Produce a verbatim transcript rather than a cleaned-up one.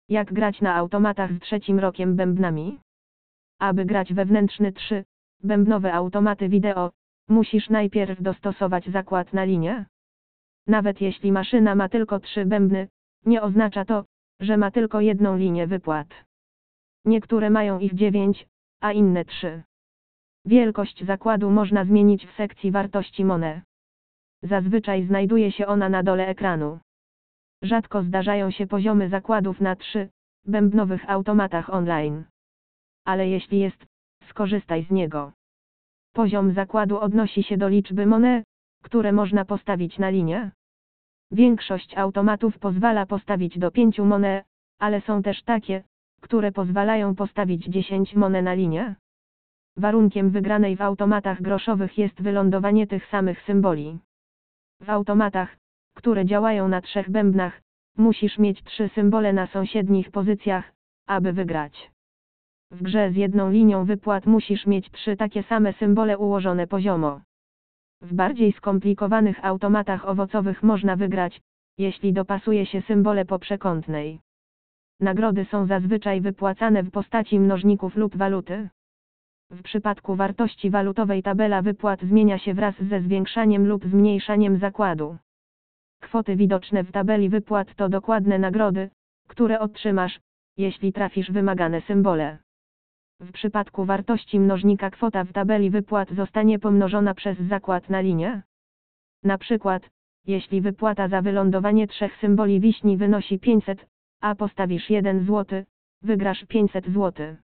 Jak grać na automatach z trzecim rokiem bębnami? Aby grać wewnętrzny trzy bębnowe automaty wideo, musisz najpierw dostosować zakład na linię. Nawet jeśli maszyna ma tylko trzy bębny, nie oznacza to, że ma tylko jedną linię wypłat. Niektóre mają ich dziewięć, a inne trzy. Wielkość zakładu można zmienić w sekcji wartości Money. Zazwyczaj znajduje się ona na dole ekranu. Rzadko zdarzają się poziomy zakładów na trzy bębnowych automatach online. Ale jeśli jest, skorzystaj z niego. Poziom zakładu odnosi się do liczby Money, które można postawić na linię. Większość automatów pozwala postawić do pięciu Money, ale są też takie, które pozwalają postawić dziesięć Money na linię. Warunkiem wygranej w automatach groszowych jest wylądowanie tych samych symboli. W automatach, które działają na trzech bębnach, musisz mieć trzy symbole na sąsiednich pozycjach, aby wygrać. W grze z jedną linią wypłat musisz mieć trzy takie same symbole ułożone poziomo. W bardziej skomplikowanych automatach owocowych można wygrać, jeśli dopasuje się symbole po przekątnej. Nagrody są zazwyczaj wypłacane w postaci mnożników lub waluty. W przypadku wartości walutowej tabela wypłat zmienia się wraz ze zwiększaniem lub zmniejszaniem zakładu. Kwoty widoczne w tabeli wypłat to dokładne nagrody, które otrzymasz, jeśli trafisz wymagane symbole. W przypadku wartości mnożnika kwota w tabeli wypłat zostanie pomnożona przez zakład na linię. Na przykład, jeśli wypłata za wylądowanie trzech symboli wiśni wynosi pięćset, a postawisz jeden złoty, wygrasz pięćset złotych.